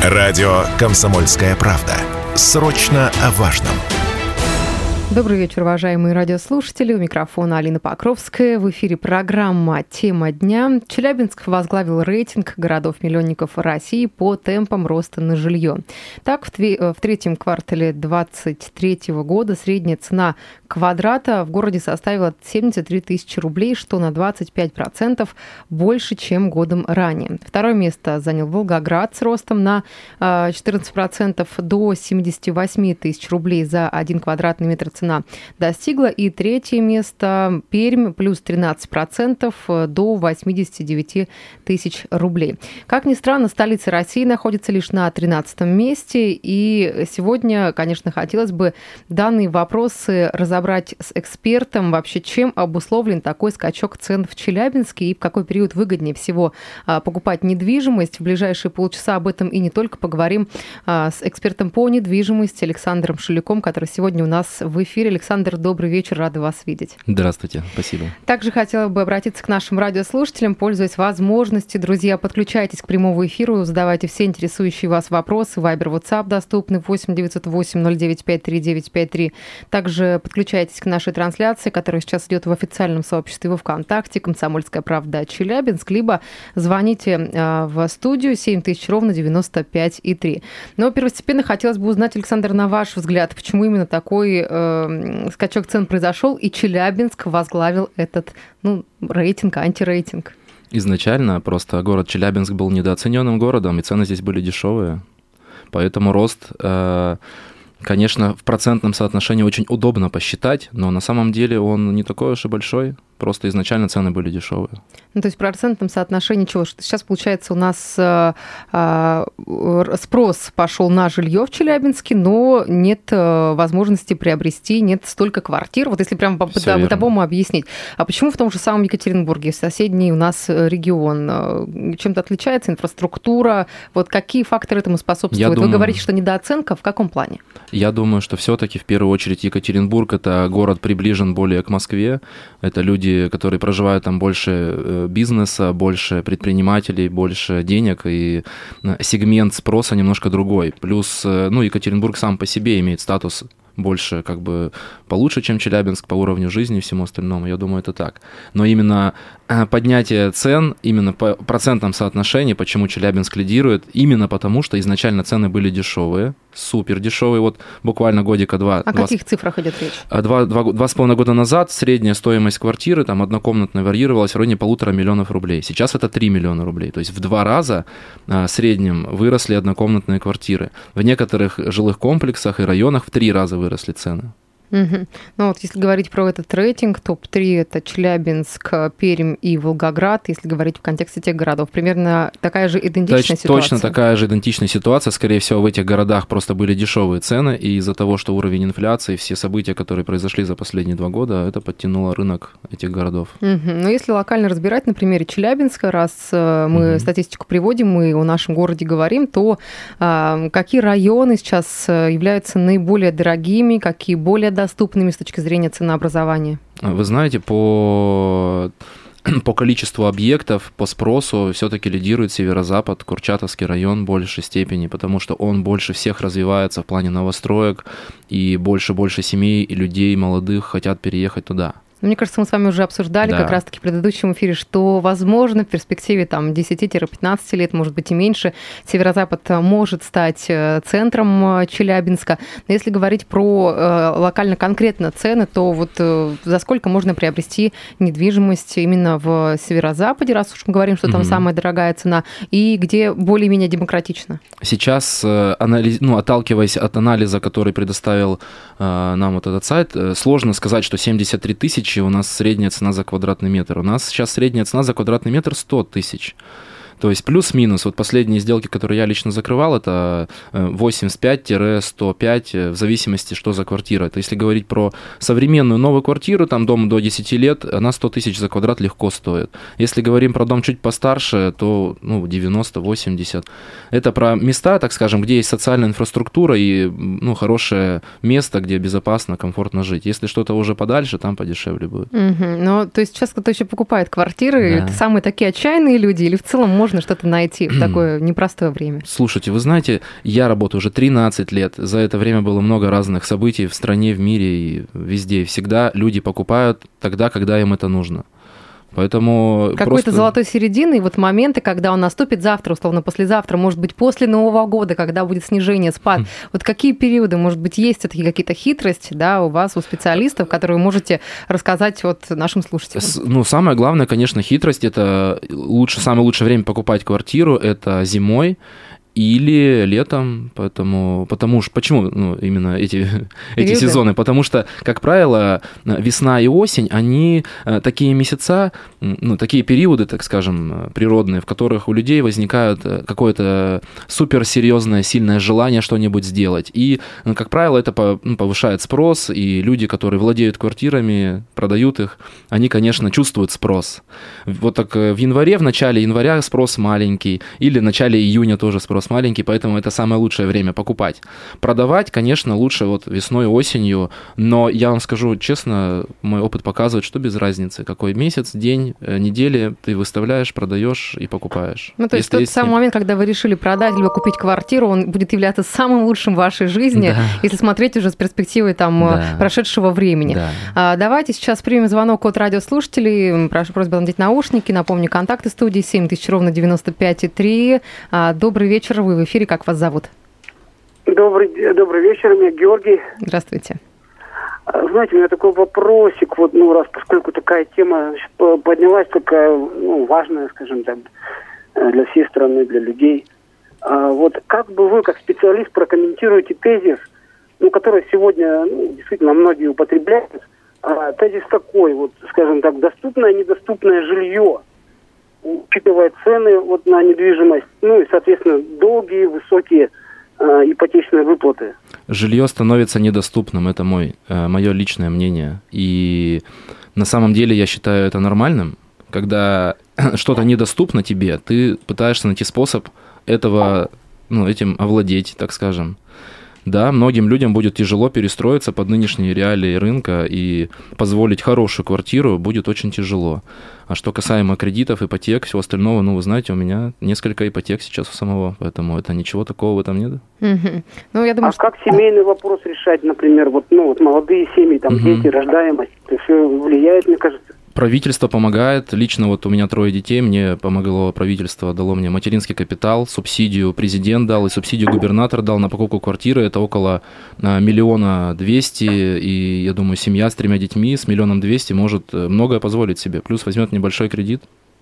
Радио «Комсомольская правда». Срочно о важном. Добрый вечер, уважаемые радиослушатели. У микрофона Алина Покровская. В эфире программа «Тема дня». Челябинск возглавил рейтинг городов-миллионников России по темпам роста на жилье. Так, в третьем квартале 2023 года средняя цена квадрата в городе составила 73 тысячи рублей, что на 25% больше, чем годом ранее. Второе место занял Волгоград с ростом на 14% до 78 тысяч рублей за 1 квадратный метр цена достигла. И третье место Пермь, плюс 13% до 89 тысяч рублей. Как ни странно, столица России находится лишь на 13-м месте. И сегодня, конечно, хотелось бы данные вопросы разобрать с экспертом. Вообще, чем обусловлен такой скачок цен в Челябинске и в какой период выгоднее всего покупать недвижимость. В ближайшие полчаса об этом и не только поговорим с экспертом по недвижимости Александром Шуликом, который сегодня у нас в эфире. Александр, добрый вечер, рада вас видеть. Здравствуйте, спасибо. Также хотела бы обратиться к нашим радиослушателям, пользуясь возможностью. Друзья, подключайтесь к прямому эфиру, задавайте все интересующие вас вопросы. Вайбер, WhatsApp доступны 8 908 0953 953. Также подключайтесь к нашей трансляции, которая сейчас идет в официальном сообществе во ВКонтакте «Комсомольская правда Челябинск», либо звоните в студию 7000 ровно 95,3. Но первостепенно хотелось бы узнать, Александр, на ваш взгляд, почему именно такой скачок цен произошел, и Челябинск возглавил этот рейтинг, антирейтинг? Изначально просто город Челябинск был недооцененным городом, и цены здесь были дешевые. Поэтому рост, конечно, в процентном соотношении очень удобно посчитать, но на самом деле он не такой уж и большой. Просто изначально цены были дешевые. То есть в процентном соотношении чего? Что сейчас, получается, у нас спрос пошел на жилье в Челябинске, но нет возможности приобрести, нет столько квартир. Вот если прямо по-бытовому объяснить. А почему в том же самом Екатеринбурге, соседний у нас регион, чем-то отличается инфраструктура? Вот какие факторы этому способствуют? Вы говорите, что недооценка. В каком плане? Я думаю, что все-таки в первую очередь Екатеринбург – это город приближен более к Москве. Это люди, которые проживают там, больше бизнеса, больше предпринимателей, больше денег, и сегмент спроса немножко другой. Плюс, Екатеринбург сам по себе имеет статус больше, получше, чем Челябинск по уровню жизни и всему остальному. Я думаю, это так. Но именно поднятие цен, именно по процентном соотношении, почему Челябинск лидирует, именно потому, что изначально цены были дешевые, супер дешевые. Вот буквально годика два. О каких цифрах идет речь? 2,5 года назад средняя стоимость квартиры, там, однокомнатная, варьировалась в районе 1,5 миллиона рублей. Сейчас это 3 миллиона рублей. То есть в 2 раза в среднем выросли однокомнатные квартиры. В некоторых жилых комплексах и районах в 3 раза выросли цены. Угу. Если говорить про этот рейтинг, топ-3 – это Челябинск, Пермь и Волгоград, если говорить в контексте тех городов. Примерно такая же идентичная ситуация? Точно такая же идентичная ситуация. Скорее всего, в этих городах просто были дешевые цены, и из-за того, что уровень инфляции, все события, которые произошли за последние 2 года, это подтянуло рынок этих городов. Угу. Но если локально разбирать на примере Челябинска, раз мы статистику приводим, мы о нашем городе говорим, то какие районы сейчас являются наиболее дорогими, какие более доступными с точки зрения ценообразования? Вы знаете, по количеству объектов, по спросу все-таки лидирует Северо-Запад, Курчатовский район в большей степени, потому что он больше всех развивается в плане новостроек, и больше семей и людей молодых хотят переехать туда. Мне кажется, мы с вами уже обсуждали как раз-таки в предыдущем эфире, что, возможно, в перспективе 10-15 лет, может быть, и меньше, Северо-Запад может стать центром Челябинска. Но если говорить про локально конкретно цены, то вот за сколько можно приобрести недвижимость именно в Северо-Западе, раз уж мы говорим, что там самая дорогая цена, и где более-менее демократично? Сейчас, отталкиваясь от анализа, который предоставил нам вот этот сайт, сложно сказать, что 73 тысячи у нас средняя цена за квадратный метр. У нас сейчас средняя цена за квадратный метр 100 тысяч. То есть плюс-минус, вот последние сделки, которые я лично закрывал, это 85-105, в зависимости, что за квартира. Это если говорить про современную новую квартиру, там дом до 10 лет, она 100 тысяч за квадрат легко стоит. Если говорим про дом чуть постарше, то 90-80. Это про места, так скажем, где есть социальная инфраструктура и хорошее место, где безопасно, комфортно жить. Если что-то уже подальше, там подешевле будет. То есть сейчас кто-то еще покупает квартиры, это самые такие отчаянные люди, или в целом можно можно что-то найти в такое непростое время? Слушайте, вы знаете, я работаю уже 13 лет. За это время было много разных событий в стране, в мире и везде. И всегда люди покупают тогда, когда им это нужно. Поэтому какой-то золотой середины, и вот моменты, когда он наступит завтра, условно, послезавтра, может быть, после Нового года, когда будет снижение, спад. Вот какие периоды, может быть, есть все-таки какие-то хитрости, да, у вас, у специалистов, которые вы можете рассказать вот нашим слушателям? Ну, самое главное, конечно, хитрость – это самое лучшее время покупать квартиру – это зимой, или летом, почему именно эти сезоны? Потому что, как правило, весна и осень, они такие месяца, такие периоды, так скажем, природные, в которых у людей возникает какое-то суперсерьезное, сильное желание что-нибудь сделать. И, как правило, это повышает спрос, и люди, которые владеют квартирами, продают их, они, конечно, чувствуют спрос. Вот так в январе, в начале января спрос маленький, или в начале июня тоже спрос маленький, поэтому это самое лучшее время покупать. Продавать, конечно, лучше вот весной, осенью, но я вам скажу честно, мой опыт показывает, что без разницы, какой месяц, день, недели ты выставляешь, продаешь и покупаешь. Ну, то есть тот самый момент, когда вы решили продать либо купить квартиру, он будет являться самым лучшим в вашей жизни, если смотреть уже с перспективой прошедшего времени. Давайте сейчас примем звонок от радиослушателей. Прошу просьбу надеть наушники. Напомню, контакты студии 7000 ровно 95,3. Добрый вечер, вы в эфире, как вас зовут? Добрый вечер, меня Георгий. Здравствуйте. Знаете, у меня такой вопросик, поскольку такая тема поднялась, такая, важная, скажем так, для всей страны, для людей. Как бы вы, как специалист, прокомментируете тезис, который сегодня действительно многие употребляют, тезис такой, скажем так, доступное, недоступное жилье, учитывая цены на недвижимость, и, соответственно, долгие, высокие ипотечные выплаты. Жилье становится недоступным, это мое личное мнение. И на самом деле я считаю это нормальным. Когда что-то недоступно тебе, ты пытаешься найти способ этим овладеть, так скажем. Да, многим людям будет тяжело перестроиться под нынешние реалии рынка, и позволить хорошую квартиру будет очень тяжело. А что касаемо кредитов, ипотек, всего остального, вы знаете, у меня несколько ипотек сейчас у самого, поэтому это ничего такого в этом нет. Угу. Я думаю, как семейный вопрос решать, например, молодые семьи, дети, рождаемость, это все влияет, мне кажется? Правительство помогает. Лично у меня 3 детей, мне помогло правительство, дало мне материнский капитал, субсидию президент дал и субсидию губернатор дал на покупку квартиры. Это около 1 200 000, и я думаю, семья с 3 детьми с 1 200 000 может многое позволить себе. Плюс возьмет небольшой кредит.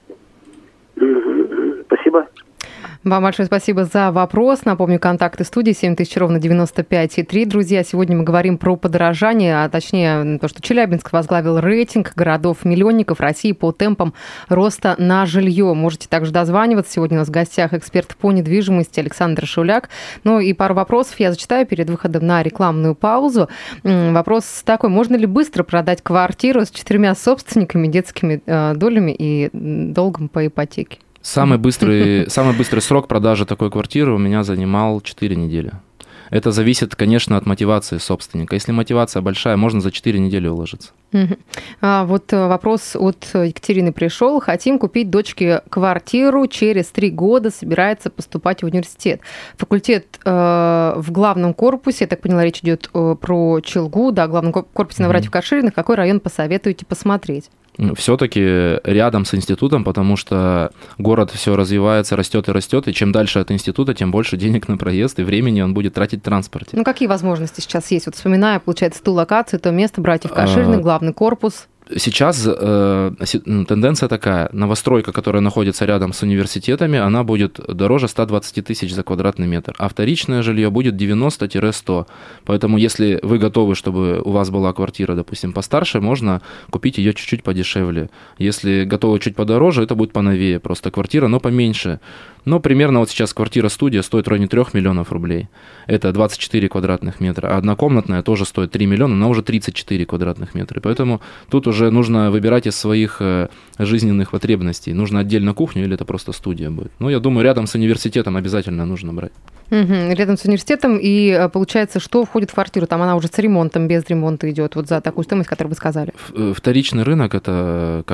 Спасибо. Вам большое спасибо за вопрос. Напомню, контакты студии 7000 ровно 95,3. Друзья, сегодня мы говорим про подорожание, а точнее то, что Челябинск возглавил рейтинг городов-миллионников России по темпам роста на жилье. Можете также дозваниваться. Сегодня у нас в гостях эксперт по недвижимости Александр Шуляк. И пару вопросов я зачитаю перед выходом на рекламную паузу. Вопрос такой: можно ли быстро продать квартиру с 4 собственниками, детскими долями и долгом по ипотеке? Самый быстрый срок продажи такой квартиры у меня занимал 4 недели. Это зависит, конечно, от мотивации собственника. Если мотивация большая, можно за 4 недели уложиться. Вопрос от Екатерины пришел. Хотим купить дочке квартиру, через 3 года собирается поступать в университет. Факультет в главном корпусе, я так поняла, речь идет про Челгу, в главном корпусе на братьев Кашириных. Какой район посоветуете посмотреть? Все-таки рядом с институтом, потому что город все развивается, растет и растет, и чем дальше от института, тем больше денег на проезд, и времени он будет тратить в транспорте. Какие возможности сейчас есть? Вспоминая, получается, ту локацию, то место братьев Кашириных, главный корпус. Сейчас тенденция такая: новостройка, которая находится рядом с университетами, она будет дороже 120 000 за квадратный метр, а вторичное жилье будет 90-100. Поэтому если вы готовы, чтобы у вас была квартира, допустим, постарше, можно купить ее чуть-чуть подешевле. Если готовы чуть подороже, это будет поновее, просто квартира, но поменьше. Примерно сейчас квартира-студия стоит в районе 3 миллионов рублей. Это 24 квадратных метра. А однокомнатная тоже стоит 3 миллиона, но уже 34 квадратных метра. Поэтому тут уже нужно выбирать из своих жизненных потребностей. Нужно отдельно кухню или это просто студия будет. Я думаю, рядом с университетом обязательно нужно брать. Рядом с университетом, и получается, что входит в квартиру? Там она уже с ремонтом, без ремонта идет, за такую стоимость, которую вы сказали. Вторичный рынок – это как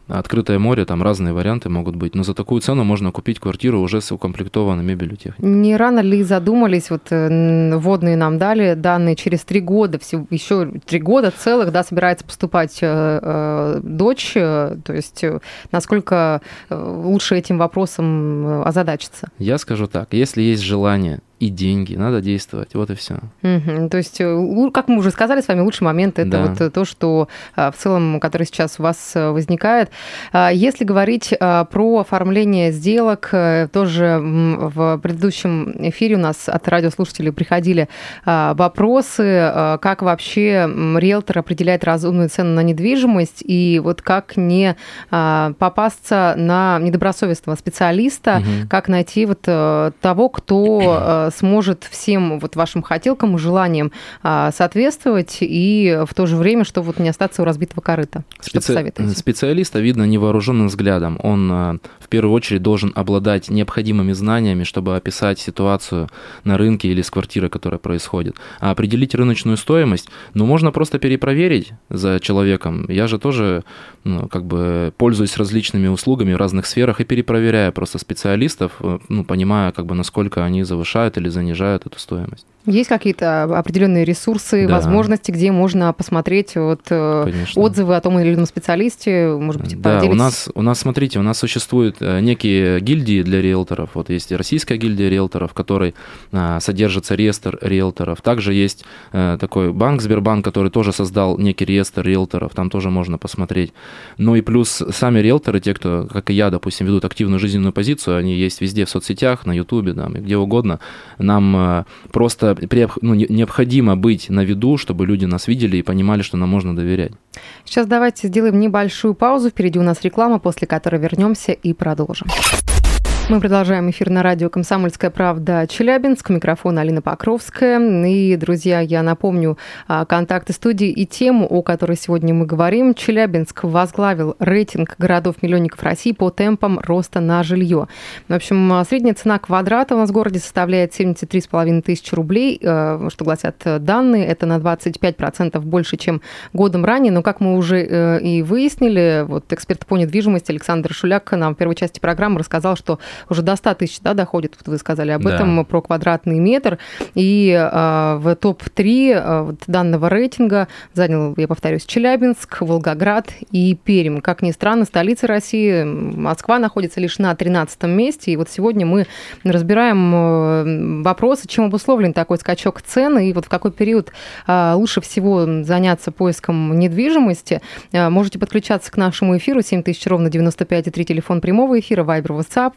открытое море, там разные варианты могут быть, но за такую цену можно купить квартиру уже с укомплектованной мебелью, техникой. Не рано ли задумались, вот вводные нам дали данные, через 3 года, еще 3 года целых, да, собирается поступать дочь, то есть насколько лучше этим вопросом озадачиться? Я скажу так, если есть желание и деньги, надо действовать, вот и все. То есть, как мы уже сказали с вами, лучший момент – это вот то, что в целом, который сейчас у вас возникает. Если говорить про оформление сделок, тоже в предыдущем эфире у нас от радиослушателей приходили вопросы, как вообще риэлтор определяет разумную цену на недвижимость, и вот как не попасться на недобросовестного специалиста, как найти вот того, кто сможет всем вот вашим хотелкам и желаниям соответствовать, и в то же время, чтобы вот не остаться у разбитого корыта. Что посоветуете? Специалиста видно невооруженным взглядом. Он в первую очередь должен обладать необходимыми знаниями, чтобы описать ситуацию на рынке или с квартирой, которая происходит. А определить рыночную стоимость, можно просто перепроверить за человеком. Я же тоже пользуюсь различными услугами в разных сферах и перепроверяю просто специалистов, понимая, насколько они завышают или занижают эту стоимость. Есть какие-то определенные ресурсы, возможности, где можно посмотреть отзывы о том или ином специалисте, может быть, поделитесь? У нас, смотрите, у нас существуют некие гильдии для риэлторов. Вот есть Российская гильдия риэлторов, в которой содержится реестр риэлторов. Также есть такой банк, Сбербанк, который тоже создал некий реестр риэлторов, там тоже можно посмотреть. Ну и плюс сами риэлторы, те, кто, как и я, допустим, ведут активную жизненную позицию, они есть везде в соцсетях, на Ютубе, и где угодно. Нам просто необходимо быть на виду, чтобы люди нас видели и понимали, что нам можно доверять. Сейчас давайте сделаем небольшую паузу. Впереди у нас реклама, после которой вернемся и продолжим. Мы продолжаем эфир на радио «Комсомольская правда» Челябинск. Микрофон Алина Покровская. И, друзья, я напомню контакты студии и тему, о которой сегодня мы говорим. Челябинск возглавил рейтинг городов-миллионников России по темпам роста на жилье. В общем, средняя цена квадрата у нас в городе составляет 73,5 тысячи рублей, что гласят данные. Это на 25% больше, чем годом ранее. Но, как мы уже и выяснили, вот эксперт по недвижимости Александр Шуляк нам в первой части программы рассказал, что уже до 100 тысяч доходит, вот вы сказали об этом, про квадратный метр. И в топ-3 данного рейтинга занял, я повторюсь, Челябинск, Волгоград и Пермь. Как ни странно, столица России, Москва, находится лишь на 13-м месте. И вот сегодня мы разбираем вопросы, чем обусловлен такой скачок цен, и вот в какой период лучше всего заняться поиском недвижимости. Можете подключаться к нашему эфиру 7000 ровно 95,3, телефон прямого эфира, Вайбер, WhatsApp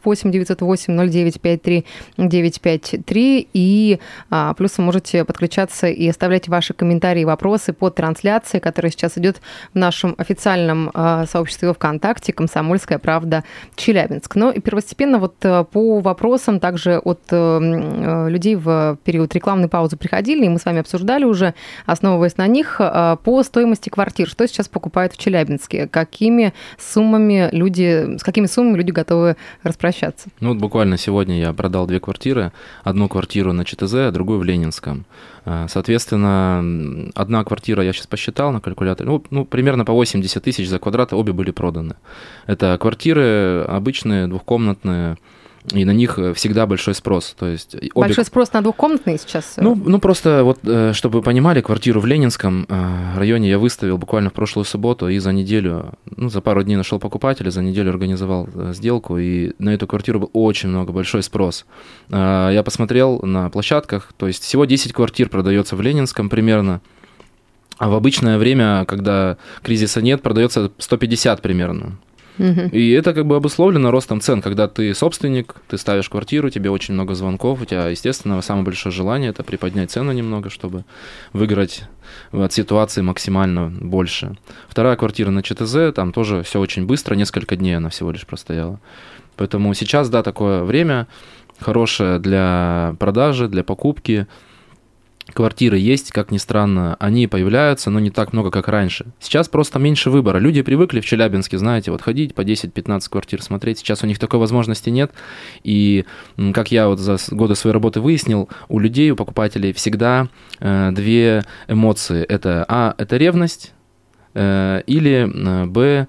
8-908-0953-953. И плюс вы можете подключаться и оставлять ваши комментарии и вопросы под трансляцией, которая сейчас идет в нашем официальном сообществе ВКонтакте «Комсомольская правда Челябинск». Но и первостепенно вот по вопросам также от людей в период рекламной паузы приходили, и мы с вами обсуждали уже, основываясь на них, по стоимости квартир. Что сейчас покупают в Челябинске? С какими суммами люди готовы распрощаться? Буквально сегодня я продал 2 квартиры. Одну квартиру на ЧТЗ, а другую в Ленинском. Соответственно, одна квартира, я сейчас посчитал на калькуляторе, примерно по 80 тысяч за квадрат, обе были проданы. Это квартиры обычные, двухкомнатные, и на них всегда большой спрос. То есть большой спрос на двухкомнатные сейчас? Просто вот, чтобы вы понимали, квартиру в Ленинском районе я выставил буквально в прошлую субботу, и за неделю, за пару дней нашел покупателя, за неделю организовал сделку, и на эту квартиру был очень большой спрос. Я посмотрел на площадках, то есть всего 10 квартир продается в Ленинском примерно, а в обычное время, когда кризиса нет, продается 150 примерно. И это обусловлено ростом цен. Когда ты собственник, ты ставишь квартиру, тебе очень много звонков, у тебя, естественно, самое большое желание – это приподнять цену немного, чтобы выиграть от ситуации максимально больше. Вторая квартира на ЧТЗ, там тоже все очень быстро, несколько дней она всего лишь простояла. Поэтому сейчас, такое время хорошее для продажи, для покупки. Квартиры есть, как ни странно, они появляются, но не так много, как раньше. Сейчас просто меньше выбора. Люди привыкли в Челябинске, знаете, ходить по 10-15 квартир смотреть. Сейчас у них такой возможности нет. И, как я за годы своей работы выяснил, у людей, у покупателей всегда 2 эмоции. Это ревность или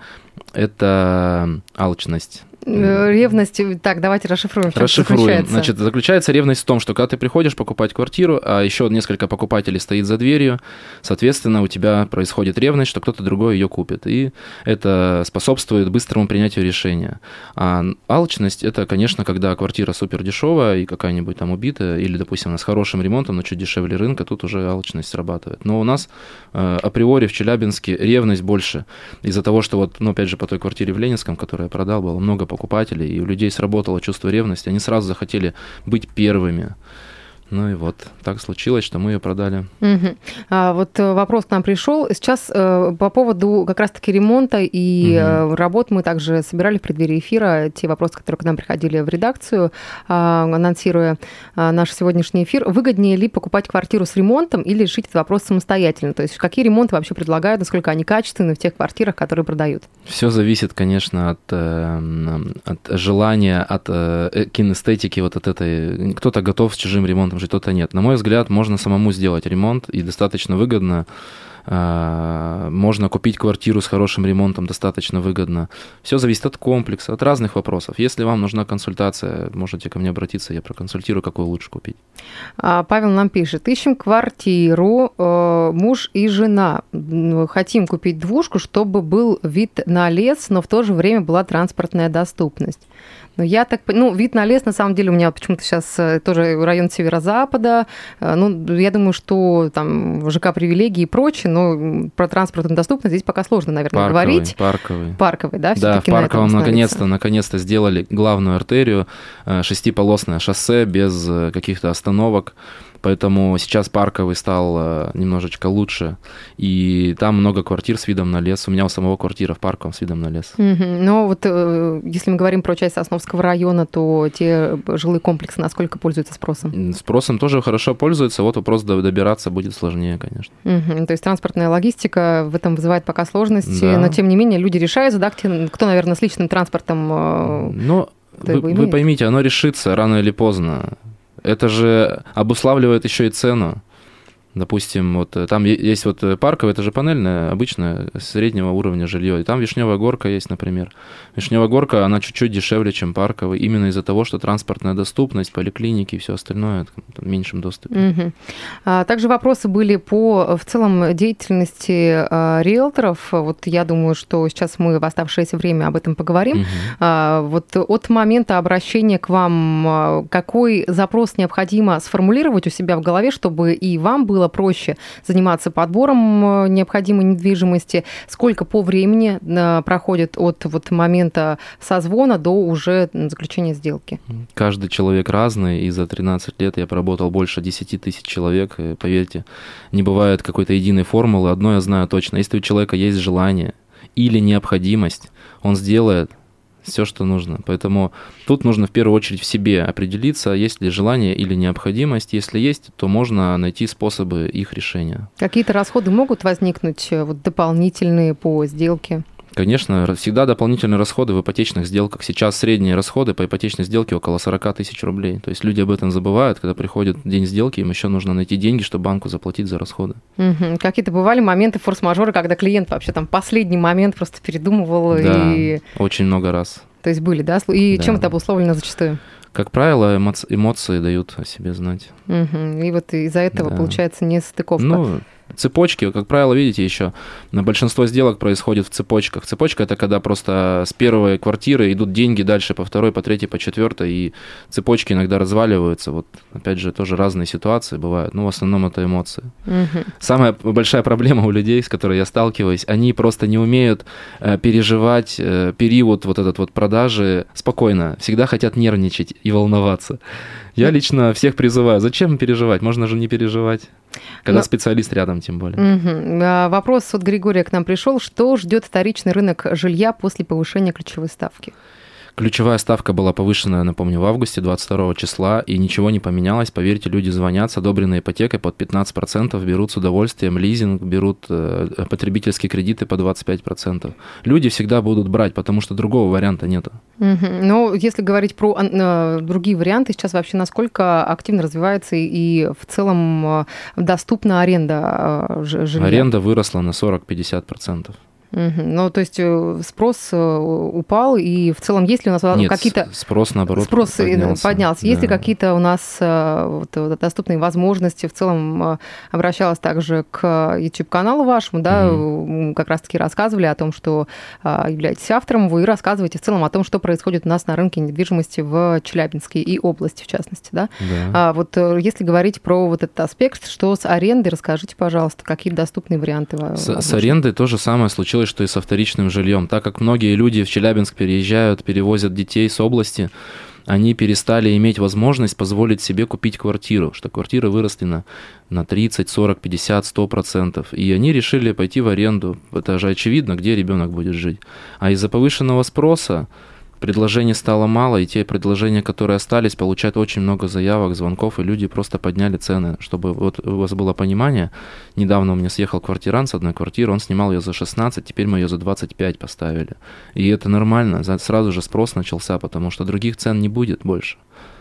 это алчность. Ревность, так, давайте расшифруем. Расшифруем. Значит, заключается ревность в том, что когда ты приходишь покупать квартиру, а еще несколько покупателей стоит за дверью, соответственно, у тебя происходит ревность, что кто-то другой ее купит. И это способствует быстрому принятию решения. А алчность – это, конечно, когда квартира супер дешевая и какая-нибудь там убитая, или, допустим, она с хорошим ремонтом, но чуть дешевле рынка, тут уже алчность срабатывает. Но у нас априори в Челябинске ревность больше из-за того, что вот, ну, опять же, по той квартире в Ленинском, которую я продал, было много покупателей, и у людей сработало чувство ревности, они сразу захотели быть первыми. Ну и вот так случилось, что мы ее продали. Угу. Вот вопрос к нам пришел. Сейчас по поводу как раз-таки ремонта и работ мы также собирали в преддверии эфира те вопросы, которые к нам приходили в редакцию, анонсируя наш сегодняшний эфир. Выгоднее ли покупать квартиру с ремонтом или решить этот вопрос самостоятельно? То есть какие ремонты вообще предлагают, насколько они качественны в тех квартирах, которые продают? Все зависит, конечно, от желания, от кинестетики, вот от этой. Кто-то готов с чужим ремонтом, что-то нет. На мой взгляд, можно самому сделать ремонт, и достаточно выгодно. Можно купить квартиру с хорошим ремонтом достаточно выгодно. Все зависит от комплекса, от разных вопросов. Если вам нужна консультация, можете ко мне обратиться, я проконсультирую, какую лучше купить. Павел нам пишет: ищем квартиру, муж и жена. Хотим купить двушку, чтобы был вид на лес, но в то же время была транспортная доступность. Я так, вид на лес, на самом деле, у меня почему-то сейчас тоже район северо-запада. Я думаю, что там ЖК привилегии и прочее, но про транспортную доступность здесь пока сложно, наверное, говорить. Парковый, да, все-таки на этом наконец-то сделали главную артерию, 6-полосное шоссе без каких-то остановок. Поэтому сейчас парковый стал немножечко лучше, и там много квартир с видом на лес. У меня у самого квартира в Парковом с видом на лес. Но вот если мы говорим про часть Сосновского района, то те жилые комплексы насколько пользуются спросом? Спросом тоже хорошо пользуются, вот вопрос добираться будет сложнее, конечно. То есть транспортная логистика в этом вызывает пока сложности, да. Но тем не менее люди решаются, да, кто, наверное, с личным транспортом... Вы поймите, оно решится рано или поздно. Это же обуславливает еще и цену. Допустим, вот там есть вот Парковое, это же панельное, обычное, среднего уровня жилье. И там Вишневая горка есть, например. Вишневая горка, она чуть-чуть дешевле, чем Парковый, именно из-за того, что транспортная доступность, поликлиники и все остальное в меньшем доступе. Также вопросы были по, в целом, деятельности риэлторов. Вот я думаю, что сейчас мы в оставшееся время об этом поговорим. Вот от момента обращения к вам, какой запрос необходимо сформулировать у себя в голове, чтобы и вам было проще заниматься подбором необходимой недвижимости, сколько по времени проходит от вот момента созвона до уже заключения сделки? Каждый человек разный, и за 13 лет я проработал больше 10 тысяч человек, и, поверьте, не бывает какой-то единой формулы. Одно я знаю точно: если у человека есть желание или необходимость, он сделает все, что нужно. Поэтому тут нужно в первую очередь в себе определиться, есть ли желание или необходимость. Если есть, то можно найти способы их решения. Какие-то расходы могут возникнуть дополнительные по сделке? Конечно, всегда дополнительные расходы в ипотечных сделках. Сейчас средние расходы по ипотечной сделке около 40 тысяч рублей. То есть люди об этом забывают, когда приходит день сделки, им еще нужно найти деньги, чтобы банку заплатить за расходы. Какие-то бывали моменты форс-мажора, когда клиент вообще там последний момент просто передумывал? Да, очень много раз. То есть были, да? И чем это обусловлено зачастую? Как правило, эмоции дают о себе знать. И вот из-за этого получается несостыковка. Цепочки, как правило, видите, еще большинство сделок происходит в цепочках. Цепочка – это когда просто с первой квартиры идут деньги дальше по второй, по третьей, по четвертой, и цепочки иногда разваливаются. Вот, опять же, тоже разные ситуации бывают, в основном это эмоции. Самая большая проблема у людей, с которой я сталкиваюсь, они просто не умеют переживать период вот этот вот продажи спокойно, всегда хотят нервничать и волноваться. Я лично всех призываю, зачем переживать, можно же не переживать. Когда специалист рядом, тем более. Вопрос от Григория к нам пришел. Что ждет вторичный рынок жилья после повышения ключевой ставки? Ключевая ставка была повышена, напомню, в августе 22 числа, и ничего не поменялось. Поверьте, люди звонят с одобренной ипотекой под 15%, берут с удовольствием лизинг, берут потребительские кредиты по 25%. Люди всегда будут брать, потому что другого варианта нету. Но если говорить про другие варианты, сейчас вообще насколько активно развивается и в целом доступна аренда жилья? Аренда выросла на 40-50%. Ну, то есть спрос упал, и в целом есть ли у нас какие-то... спрос, наоборот, поднялся. Есть ли какие-то у нас доступные возможности? В целом обращалась также к YouTube-каналу вашему, да, как раз-таки рассказывали о том, что являетесь автором, вы рассказываете в целом о том, что происходит у нас на рынке недвижимости в Челябинске и области, в частности, да? Вот если говорить про вот этот аспект, что с арендой, расскажите, пожалуйста, какие доступные варианты? С арендой то же самое случилось, что и со вторичным жильем. Так как многие люди в Челябинск переезжают, перевозят детей с области, они перестали иметь возможность позволить себе купить квартиру, что квартиры выросли на 30, 40, 50, 100%. И они решили пойти в аренду. Это же очевидно, где ребенок будет жить. А из-за повышенного спроса предложений стало мало, и те предложения, которые остались, получают очень много заявок, звонков, и люди просто подняли цены. Чтобы вот у вас было понимание, недавно у меня съехал квартирант с одной квартиры, он снимал ее за 16, теперь мы ее за 25 поставили. И это нормально, сразу же спрос начался, потому что других цен не будет больше.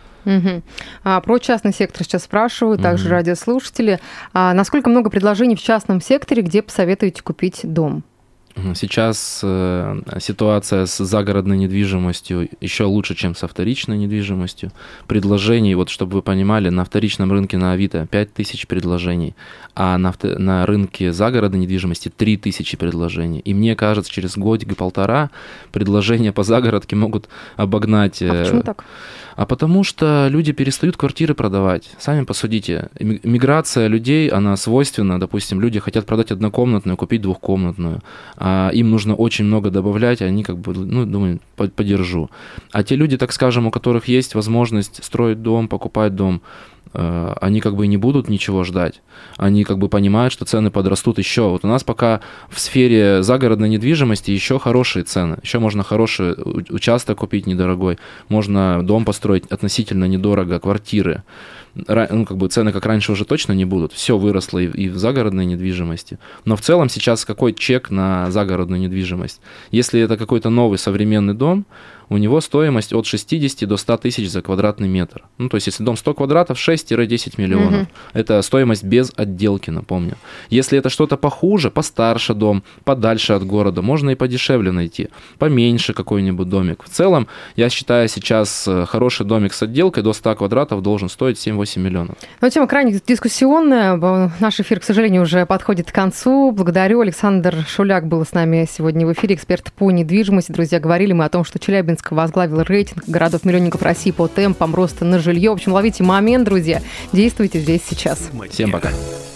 Про частный сектор сейчас спрашивают, также радиослушатели. Насколько много предложений в частном секторе, где посоветуете купить дом? Сейчас ситуация с загородной недвижимостью еще лучше, чем со вторичной недвижимостью. Предложений, вот чтобы вы понимали, на вторичном рынке на Авито 5000 предложений, а на рынке загородной недвижимости 3000 предложений. И мне кажется, через год-полтора предложения по загородке могут обогнать... А почему так? А потому что люди перестают квартиры продавать. Сами посудите. Миграция людей, она свойственна. Допустим, люди хотят продать однокомнатную, купить двухкомнатную. А им нужно очень много добавлять, они как бы, думают, подержу. А те люди, так скажем, у которых есть возможность строить дом, покупать дом, они как бы не будут ничего ждать. Они как бы понимают, что цены подрастут еще. Вот у нас пока в сфере загородной недвижимости еще хорошие цены. Еще можно хороший участок купить недорогой. Можно дом построить относительно недорого, квартиры. Цены, как раньше, уже точно не будут. Все выросло и в загородной недвижимости. Но в целом сейчас какой чек на загородную недвижимость? Если это какой-то новый современный дом, у него стоимость от 60 до 100 тысяч за квадратный метр. То есть, если дом 100 квадратов, 6-10 миллионов. Это стоимость без отделки, напомню. Если это что-то похуже, постарше дом, подальше от города, можно и подешевле найти. Поменьше какой-нибудь домик. В целом, я считаю, сейчас хороший домик с отделкой до 100 квадратов должен стоить 7-8 миллионов. Но тема крайне дискуссионная. Наш эфир, к сожалению, уже подходит к концу. Благодарю. Александр Шуляк был с нами сегодня в эфире, эксперт по недвижимости. Друзья, говорили мы о том, что Челябинск возглавил рейтинг городов-миллионников России по темпам роста на жилье. В общем, ловите момент, друзья. Действуйте здесь сейчас. Всем пока.